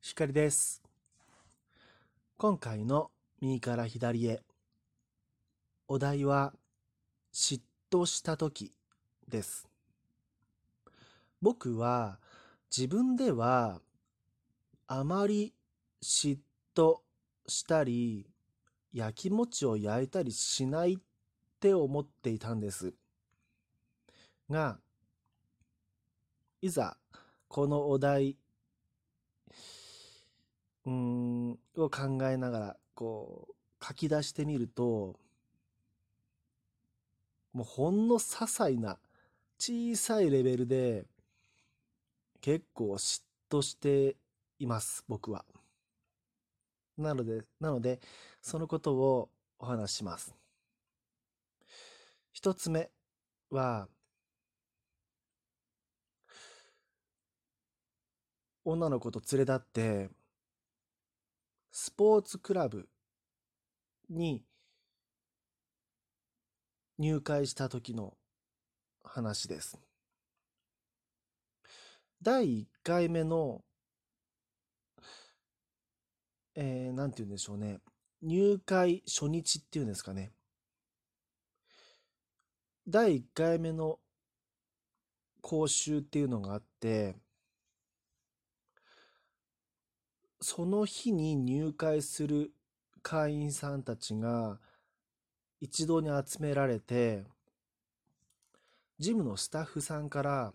光です。今回の右から左へ。お題は嫉妬した時です。僕は自分ではあまり嫉妬したり、焼きもちを焼いたりしないって思っていたんです。が、いざこのお題を考えながら書き出してみると、もうほんの些細な小さいレベルで結構嫉妬しています、僕は。なので、そのことをお話しします。一つ目は、女の子と連れ立って、スポーツクラブに入会した時の話です。第1回目の、なんて言うんでしょうね。入会初日っていうんですかね。第1回目の講習っていうのがあって、その日に入会する会員さんたちが一堂に集められて、ジムのスタッフさんから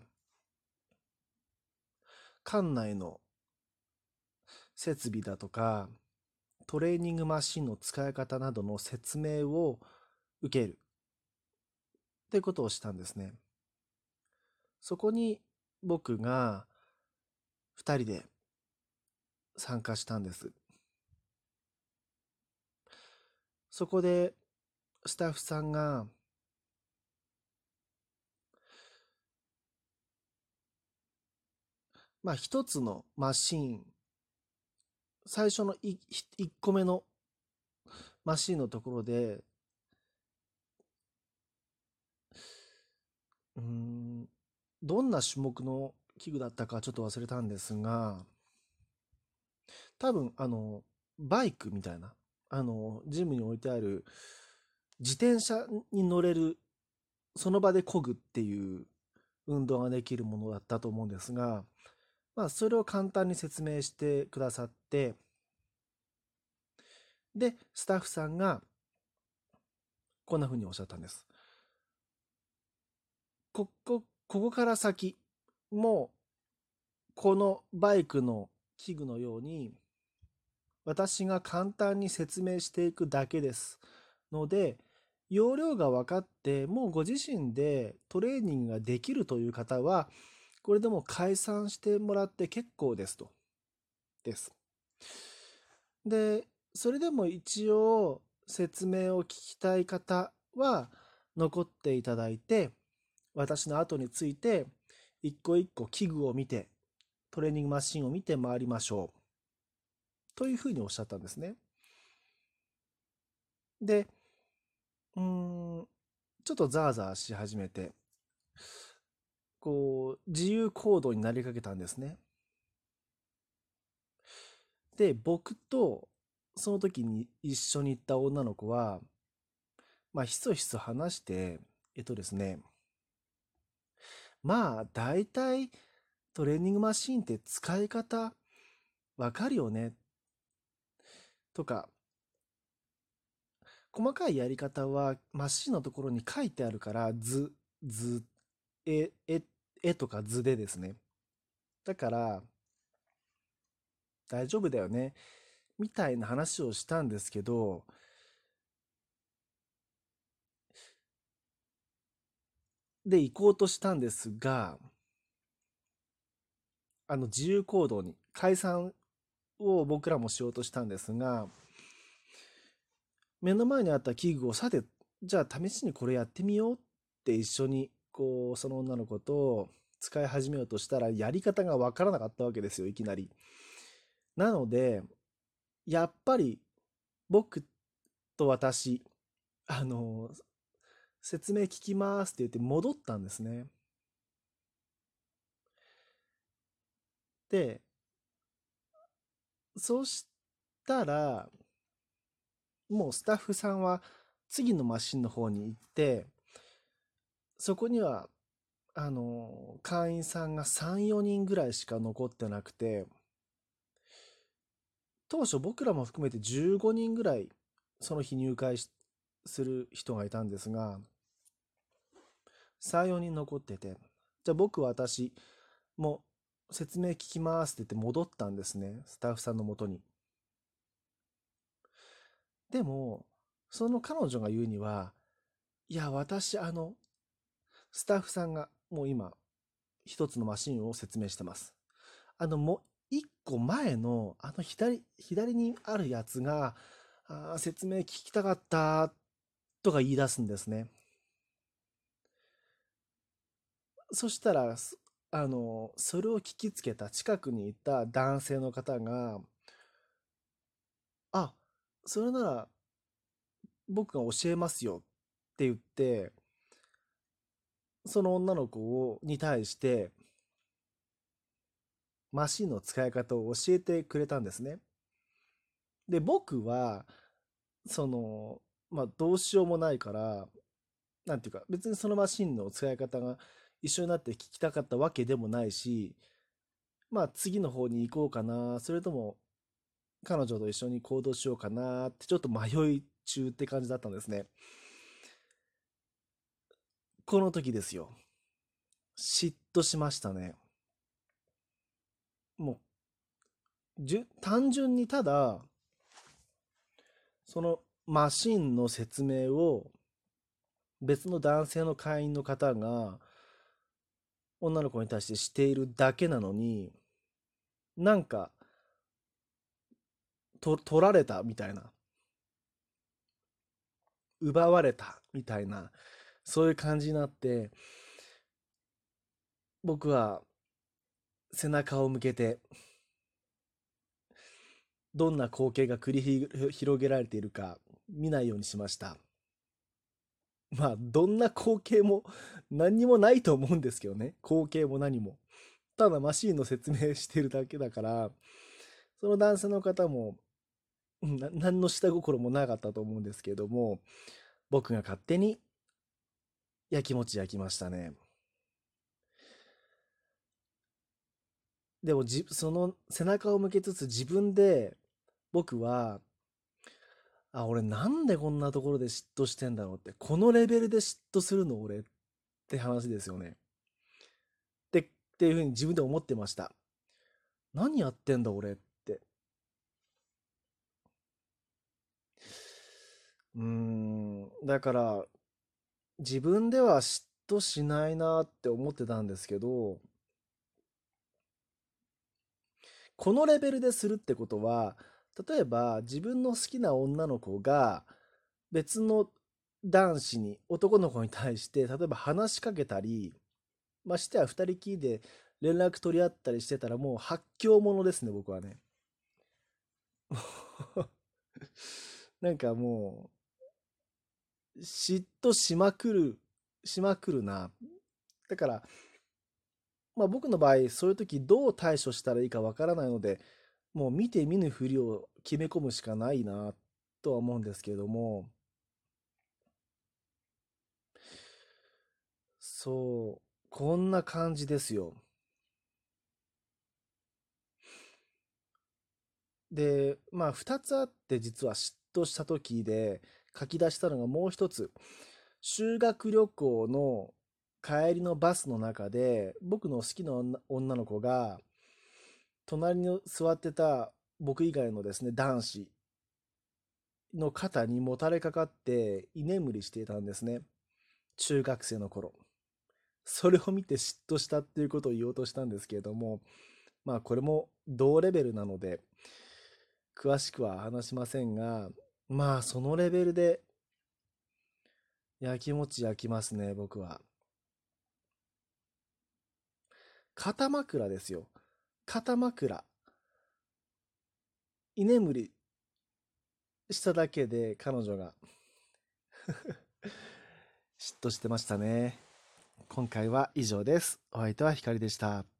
館内の設備だとかトレーニングマシンの使い方などの説明を受けるということをしたんですね。そこに僕が2人で参加したんです。そこでスタッフさんが、一つのマシーン、最初の1個目のマシーンのところで、うーん、どんな種目の器具だったかちょっと忘れたんですが、多分、バイクみたいな、ジムに置いてある自転車に乗れる、その場で漕ぐっていう運動ができるものだったと思うんですが、それを簡単に説明してくださって、で、スタッフさんがこんな風におっしゃったんです。ここから先、もう、このバイクの器具のように、私が簡単に説明していくだけですので、要領が分かってもうご自身でトレーニングができるという方はこれでも解散してもらって結構ですと。です。で、それでも一応説明を聞きたい方は残っていただいて、私の後について一個一個器具を見てトレーニングマシンを見て回りましょうというふうにおっしゃったんですね。で、うーん、ちょっとザーザーし始めて、自由行動になりかけたんですね。で、僕とその時に一緒に行った女の子は、ひそひそ話して、ですね、大体トレーニングマシーンって使い方わかるよねとか、細かいやり方はマシンのところに書いてあるから、図、絵とか図でですね。だから、大丈夫だよね、みたいな話をしたんですけど、で、行こうとしたんですが、自由行動に、解散を僕らもしようとしたんですが、目の前にあった器具を、さて、じゃあ試しにこれやってみようって一緒に、その女の子と使い始めようとしたら、やり方がわからなかったわけですよ、いきなり。なので、やっぱり僕と私、あの、説明聞きますって言って戻ったんですね。で、 そしたら、もうスタッフさんは次のマシンの方に行って、そこには、会員さんが3、4人ぐらいしか残ってなくて、当初僕らも含めて15人ぐらいその日入会する人がいたんですが、3、4人残ってて、じゃあ私も説明聞きますって言って戻ったんですね、スタッフさんのもとに。でも、その彼女が言うには、いや、スタッフさんがもう今、一つのマシンを説明してます。もう一個前の、左にあるやつが、説明聞きたかったとか言い出すんですね。そしたら、それを聞きつけた近くにいた男性の方が、あ、それなら僕が教えますよって言って、その女の子に対してマシンの使い方を教えてくれたんですね。で、僕は、その、どうしようもないから、なんていうか、別にそのマシンの使い方が一緒になって聞きたかったわけでもないし、次の方に行こうかな、それとも彼女と一緒に行動しようかなってちょっと迷い中って感じだったんですね。この時ですよ。嫉妬しましたね。も単純にただ、そのマシンの説明を別の男性の会員の方が女の子に対してしているだけなのに、なんか取られたみたいな、奪われたみたいな、そういう感じになって、僕は背中を向けて、どんな光景が繰り広げられているか見ないようにしました。どんな光景も何にもないと思うんですけどね。光景も何も。ただマシーンの説明してるだけだから、その男性の方も何の下心もなかったと思うんですけれども、僕が勝手にやきもち焼きましたね。でもその背中を向けつつ自分で僕は、俺なんでこんなところで嫉妬してんだろうって、このレベルで嫉妬するの俺って話ですよね。っていうふうに自分で思ってました。何やってんだ俺って。だから自分では嫉妬しないなって思ってたんですけど、このレベルでするってことは、例えば自分の好きな女の子が別の男子に、男の子に対して、例えば話しかけたり、ましては二人きりで連絡取り合ったりしてたらもう発狂者ですね、僕はね。なんかもう、嫉妬しまくるな。だから、僕の場合、そういう時どう対処したらいいかわからないので、もう見て見ぬふりを決め込むしかないなとは思うんですけれども、そう、こんな感じですよ。で、2つあって実は嫉妬した時で書き出したのがもう一つ。修学旅行の帰りのバスの中で、僕の好きな女の子が、隣に座ってた僕以外のですね、男子の肩にもたれかかって居眠りしていたんですね。中学生の頃。それを見て嫉妬したっていうことを言おうとしたんですけれども、これも同レベルなので、詳しくは話しませんが、そのレベルでやきもち焼きますね、僕は。肩枕ですよ。肩枕。居眠りしただけで彼女が嫉妬してましたね。今回は以上です。お相手は光でした。